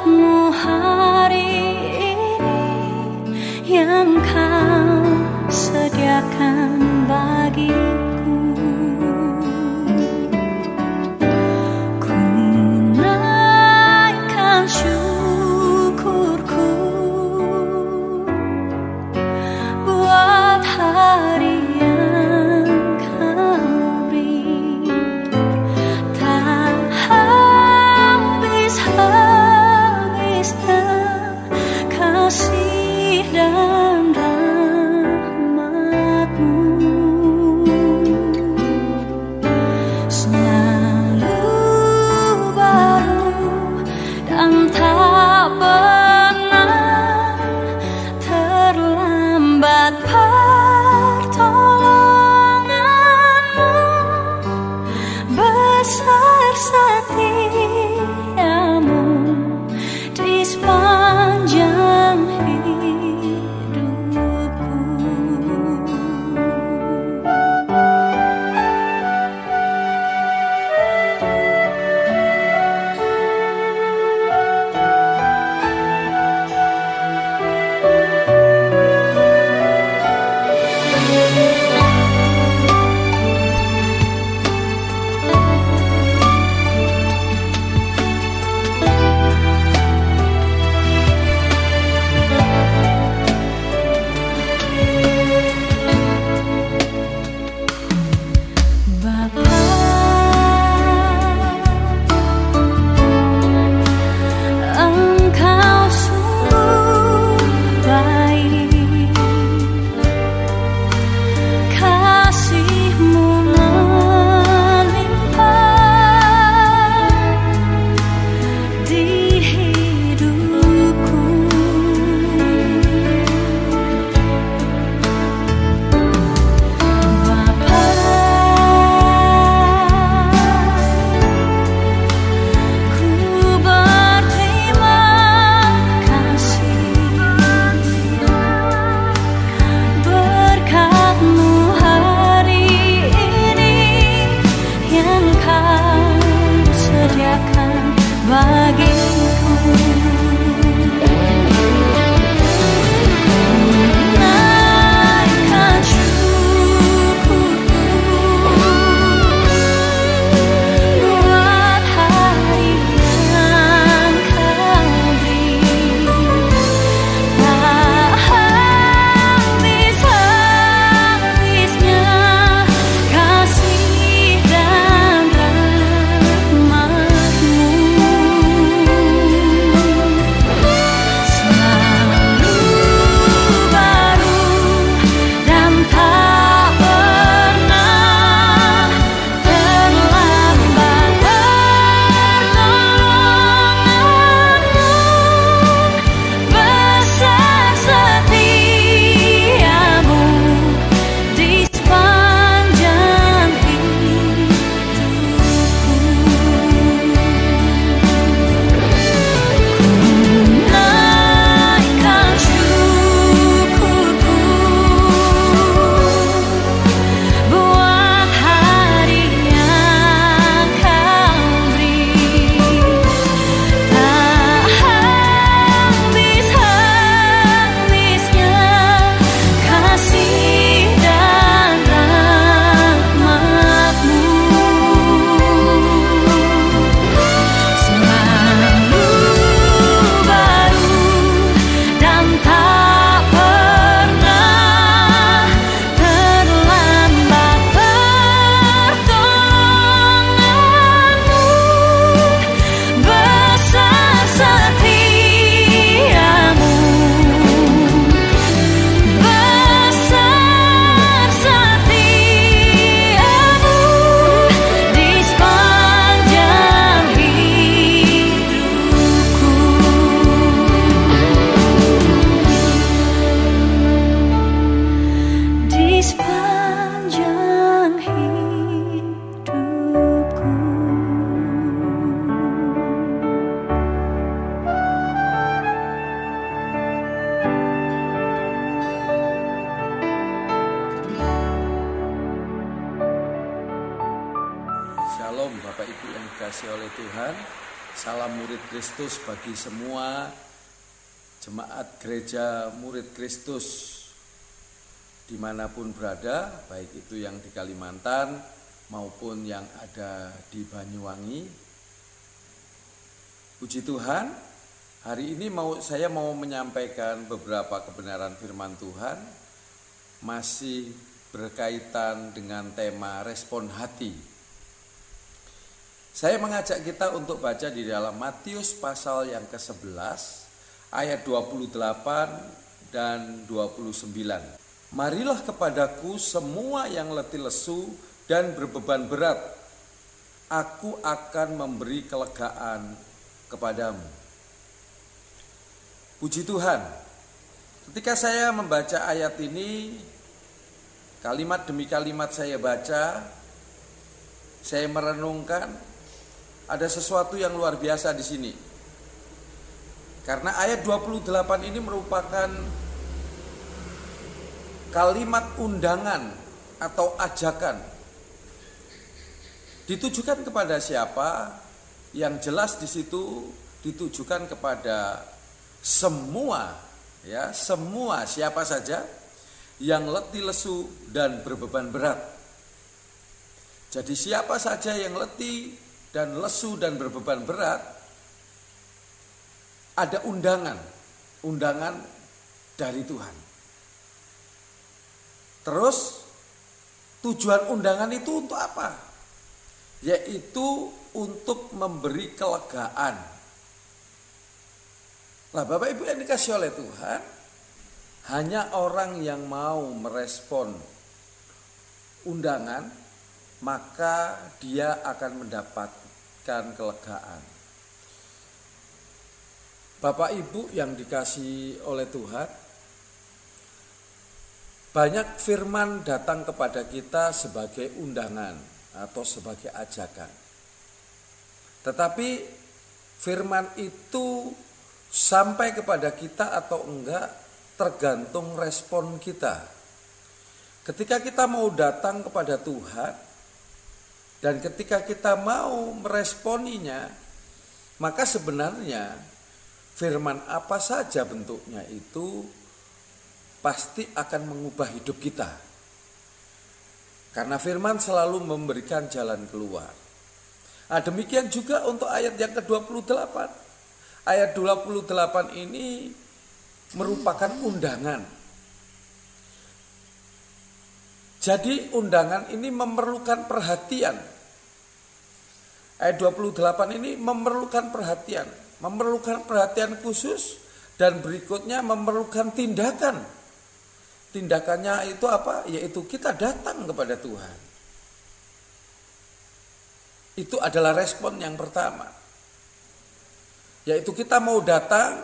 berkatmu hari ini yang kau sediakan bagiku. Ku naikkan syukurku buat hari yang kau beri. Tak habis-habisnya kasih dan rahmat-Mu, selalu baru dan tak pernah terlambat pertolongan-Mu. Besar setia-Mu di sepanjang hidupku. Shalom Bapak Ibu yang dikasihi oleh Tuhan. Salam murid Kristus bagi semua jemaat gereja murid Kristus dimanapun berada, baik itu yang di Kalimantan maupun yang ada di Banyuwangi. Puji Tuhan, hari ini saya mau menyampaikan beberapa kebenaran firman Tuhan, masih berkaitan dengan tema respon hati. Saya mengajak kita untuk baca di dalam Matius pasal yang ke-11 ayat 28 dan 29. Marilah kepadaku semua yang letih lesu dan berbeban berat, aku akan memberi kelegaan kepadamu. Puji Tuhan, ketika saya membaca ayat ini, kalimat demi kalimat saya baca, saya merenungkan, ada sesuatu yang luar biasa di sini. Karena ayat 28 ini merupakan kalimat undangan atau ajakan. Ditujukan kepada siapa? Yang jelas di situ ditujukan kepada semua, ya, semua, siapa saja yang letih lesu dan berbeban berat. Jadi siapa saja yang letih dan lesu dan berbeban berat, ada undangan dari Tuhan. Terus tujuan undangan itu untuk apa? Yaitu untuk memberi kelegaan. Nah, Bapak Ibu yang dikasihi oleh Tuhan, hanya orang yang mau merespon undangan, maka dia akan mendapatkan kelegaan. Bapak Ibu yang dikasihi oleh Tuhan, banyak firman datang kepada kita sebagai undangan atau sebagai ajakan. Tetapi firman itu sampai kepada kita atau enggak tergantung respon kita. Ketika kita mau datang kepada Tuhan dan ketika kita mau meresponinya, maka sebenarnya firman apa saja bentuknya itu pasti akan mengubah hidup kita. Karena firman selalu memberikan jalan keluar. Nah, demikian juga untuk ayat yang ke-28. Ayat 28 ini merupakan undangan. Jadi undangan ini memerlukan perhatian. Ayat 28 ini memerlukan perhatian khusus, dan berikutnya memerlukan tindakan. Tindakannya itu apa? Yaitu kita datang kepada Tuhan. Itu adalah respon yang pertama. Yaitu kita mau datang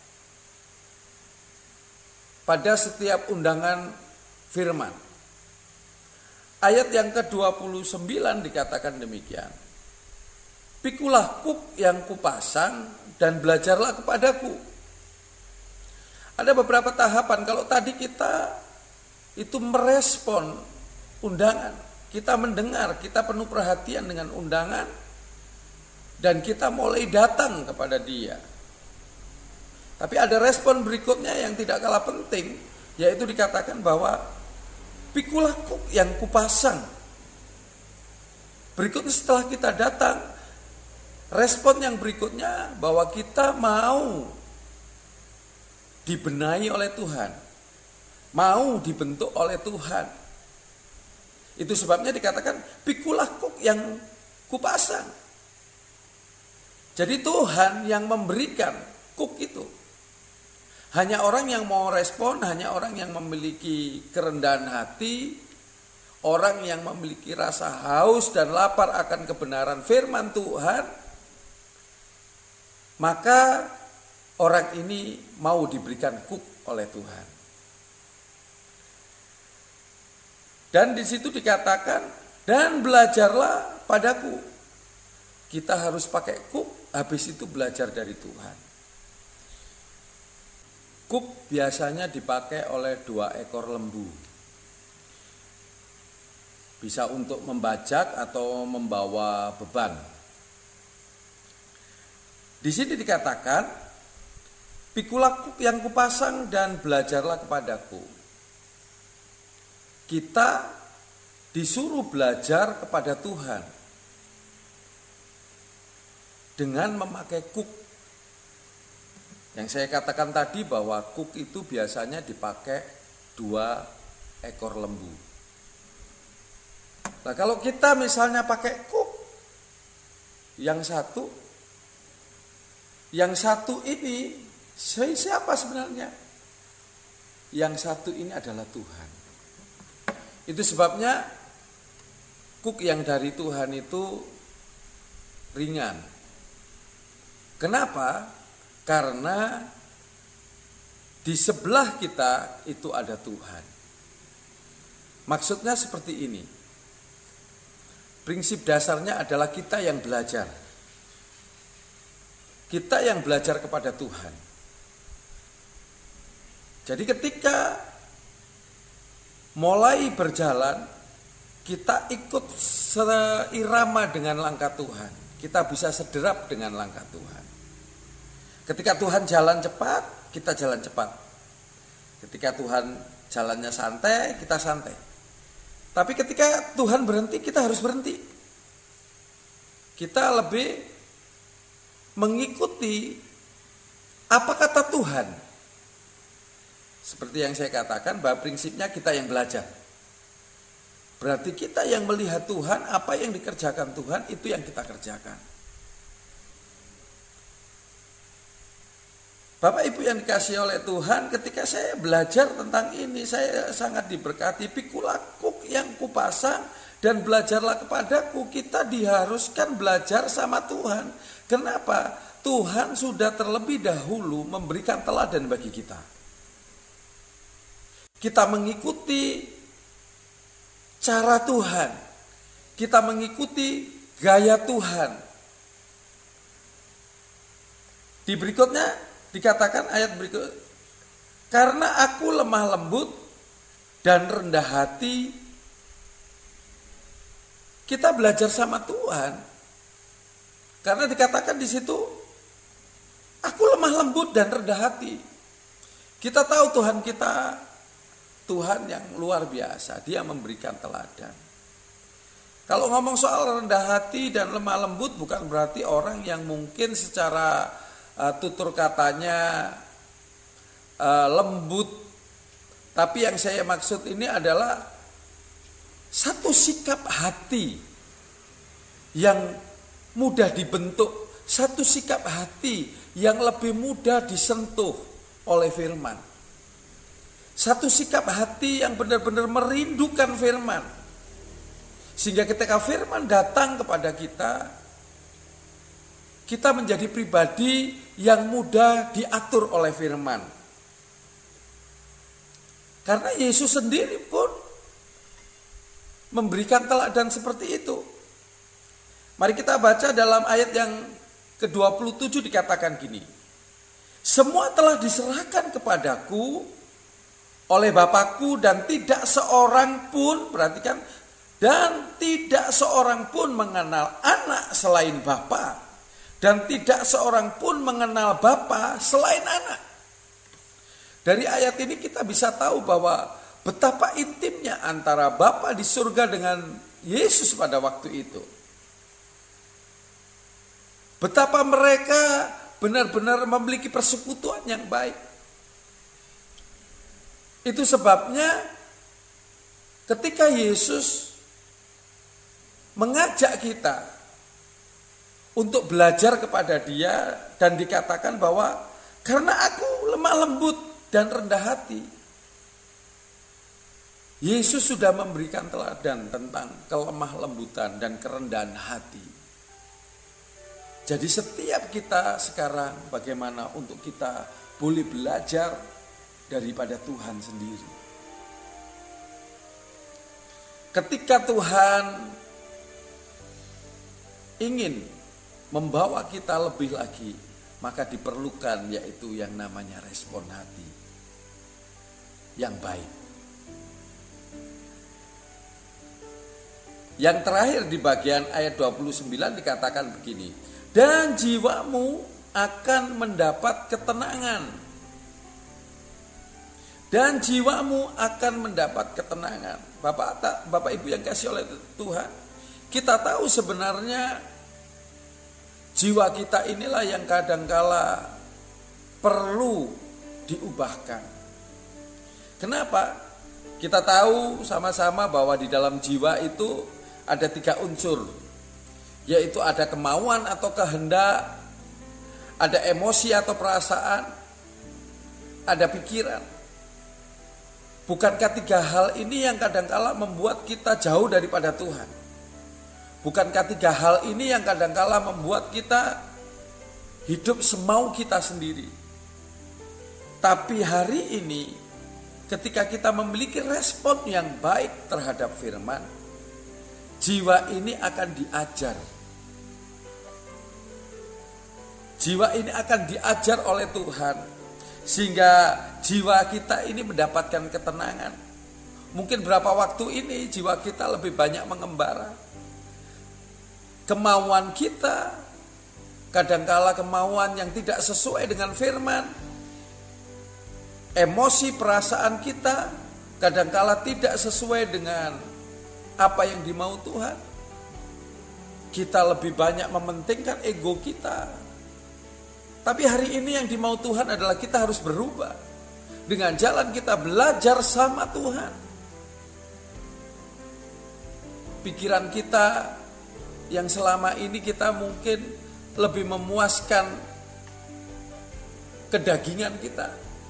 pada setiap undangan firman. Ayat yang ke-29 dikatakan demikian. Pikulah kuk yang kupasang dan belajarlah kepadaku. Ada beberapa tahapan. Kalau tadi kita itu merespon undangan, kita mendengar, kita penuh perhatian dengan undangan, dan kita mulai datang kepada dia. Tapi ada respon berikutnya yang tidak kalah penting, yaitu dikatakan bahwa pikulah kuk yang kupasang. Berikutnya setelah kita datang, respon yang berikutnya bahwa kita mau dibenahi oleh Tuhan, mau dibentuk oleh Tuhan. Itu sebabnya dikatakan pikulah kuk yang kupasang. Jadi Tuhan yang memberikan kuk itu. Hanya orang yang mau respon, hanya orang yang memiliki kerendahan hati, orang yang memiliki rasa haus dan lapar akan kebenaran firman Tuhan, maka orang ini mau diberikan kuk oleh Tuhan. Dan di situ dikatakan, dan belajarlah padaku. Kita harus pakai kuk, habis itu belajar dari Tuhan. Kuk biasanya dipakai oleh 2 ekor lembu. Bisa untuk membajak atau membawa beban. Di sini dikatakan, pikulah kuk yang kupasang dan belajarlah kepadaku. Kita disuruh belajar kepada Tuhan dengan memakai kuk. Yang saya katakan tadi bahwa kuk itu biasanya dipakai 2 ekor lembu. Nah, kalau kita misalnya pakai kuk yang satu ini siapa sebenarnya? Yang satu ini adalah Tuhan. Itu sebabnya kuk yang dari Tuhan itu ringan. Kenapa? Karena di sebelah kita itu ada Tuhan. Maksudnya seperti ini. Prinsip dasarnya adalah kita yang belajar. Kita yang belajar kepada Tuhan. Jadi ketika mulai berjalan, kita ikut seirama dengan langkah Tuhan. Kita bisa sederap dengan langkah Tuhan. Ketika Tuhan jalan cepat, kita jalan cepat. Ketika Tuhan jalannya santai, kita santai. Tapi ketika Tuhan berhenti, kita harus berhenti. Kita lebih mengikuti apa kata Tuhan. Seperti yang saya katakan, bahwa prinsipnya kita yang belajar. Berarti kita yang melihat Tuhan, apa yang dikerjakan Tuhan, itu yang kita kerjakan. Bapak Ibu yang dikasihi oleh Tuhan, ketika saya belajar tentang ini, saya sangat diberkati. Pikulah kuk yang kupasang dan belajarlah kepadaku. Kita diharuskan belajar sama Tuhan. Kenapa? Tuhan sudah terlebih dahulu memberikan teladan bagi kita. Kita mengikuti cara Tuhan. Kita mengikuti gaya Tuhan. Di berikutnya dikatakan ayat berikut, karena aku lemah lembut dan rendah hati. Kita belajar sama Tuhan. Karena dikatakan di situ, aku lemah lembut dan rendah hati. Kita tahu Tuhan kita, Tuhan yang luar biasa. Dia memberikan teladan. Kalau ngomong soal rendah hati dan lemah lembut, bukan berarti orang yang mungkin secara tutur katanya lembut. Tapi yang saya maksud ini adalah satu sikap hati yang mudah dibentuk, satu sikap hati yang lebih mudah disentuh oleh firman. Satu sikap hati yang benar-benar merindukan firman. Sehingga ketika firman datang kepada kita menjadi pribadi yang mudah diatur oleh firman. Karena Yesus sendiri pun memberikan teladan seperti itu. Mari kita baca dalam ayat yang ke-27 dikatakan gini. Semua telah diserahkan kepadaku oleh Bapakku dan tidak seorang pun, perhatikan, dan tidak seorang pun mengenal anak selain Bapa. Dan tidak seorang pun mengenal Bapa selain anak. Dari ayat ini kita bisa tahu bahwa betapa intimnya antara Bapa di surga dengan Yesus pada waktu itu. Betapa mereka benar-benar memiliki persekutuan yang baik. Itu sebabnya ketika Yesus mengajak kita untuk belajar kepada Dia dan dikatakan bahwa karena aku lemah lembut dan rendah hati, Yesus sudah memberikan teladan tentang kelemah lembutan dan kerendahan hati. Jadi setiap kita sekarang bagaimana untuk kita boleh belajar daripada Tuhan sendiri. Ketika Tuhan ingin membawa kita lebih lagi, maka diperlukan yaitu yang namanya respon hati yang baik. Yang terakhir di bagian ayat 29 dikatakan begini, dan jiwamu akan mendapat ketenangan. Dan jiwamu akan mendapat ketenangan. Bapak Ibu yang kasih oleh Tuhan, kita tahu sebenarnya jiwa kita inilah yang kadangkala perlu diubahkan. Kenapa? Kita tahu sama-sama bahwa di dalam jiwa itu ada 3 unsur, yaitu ada kemauan atau kehendak, ada emosi atau perasaan, ada pikiran. Bukankah 3 hal ini yang kadangkala membuat kita jauh daripada Tuhan? Bukankah 3 hal ini yang kadangkala membuat kita hidup semau kita sendiri? Tapi hari ini, ketika kita memiliki respon yang baik terhadap firman, jiwa ini akan diajar. Jiwa ini akan diajar oleh Tuhan, sehingga jiwa kita ini mendapatkan ketenangan. Mungkin berapa waktu ini jiwa kita lebih banyak mengembara. Kemauan kita, kadangkala kemauan yang tidak sesuai dengan firman. Emosi perasaan kita kadangkala tidak sesuai dengan apa yang dimau Tuhan. Kita lebih banyak mementingkan ego kita. Tapi hari ini yang dimau Tuhan adalah kita harus berubah. Dengan jalan kita belajar sama Tuhan. Pikiran kita yang selama ini kita mungkin lebih memuaskan kedagingan kita.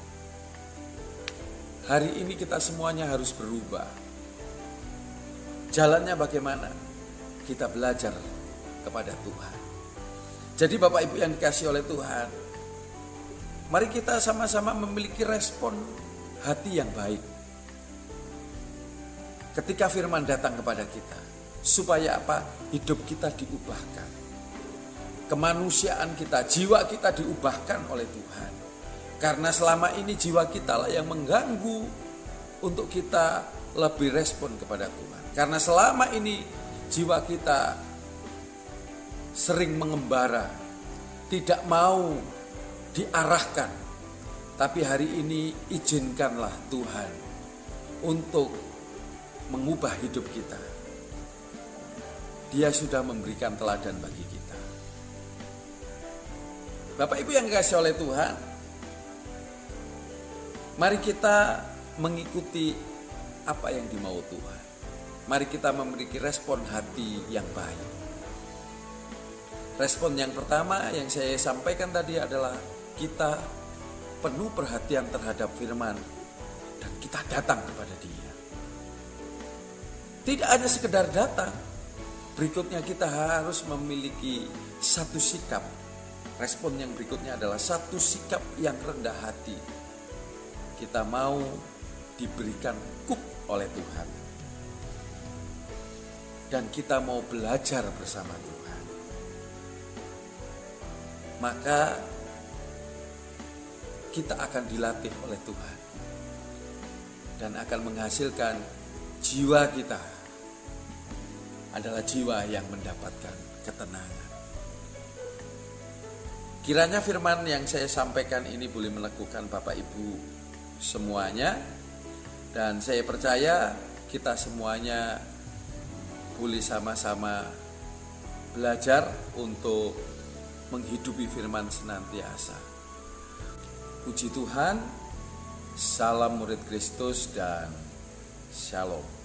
Hari ini kita semuanya harus berubah. Jalannya bagaimana? Kita belajar kepada Tuhan. Jadi Bapak Ibu yang dikasih oleh Tuhan, mari kita sama-sama memiliki respon hati yang baik ketika firman datang kepada kita. Supaya apa? Hidup kita diubahkan. Kemanusiaan kita, jiwa kita diubahkan oleh Tuhan. Karena selama ini jiwa kita lah yang mengganggu untuk kita lebih respon kepada Tuhan. Karena selama ini jiwa kita sering mengembara, tidak mau diarahkan. Tapi hari ini izinkanlah Tuhan untuk mengubah hidup kita. Dia sudah memberikan teladan bagi kita. Bapak Ibu yang dikasihi oleh Tuhan, mari kita mengikuti apa yang dimau Tuhan. Mari kita memiliki respon hati yang baik. Respon yang pertama yang saya sampaikan tadi adalah kita penuh perhatian terhadap firman dan kita datang kepada Dia. Tidak hanya sekedar datang, berikutnya kita harus memiliki satu sikap. Respon yang berikutnya adalah satu sikap yang rendah hati. Kita mau diberikan kuk oleh Tuhan. Dan kita mau belajar bersama Tuhan. Maka kita akan dilatih oleh Tuhan dan akan menghasilkan jiwa kita adalah jiwa yang mendapatkan ketenangan. Kiranya firman yang saya sampaikan ini boleh meneguhkan Bapak Ibu semuanya, dan saya percaya kita semuanya boleh sama-sama belajar untuk menghidupi firman senantiasa. Puji Tuhan, salam murid Kristus dan shalom.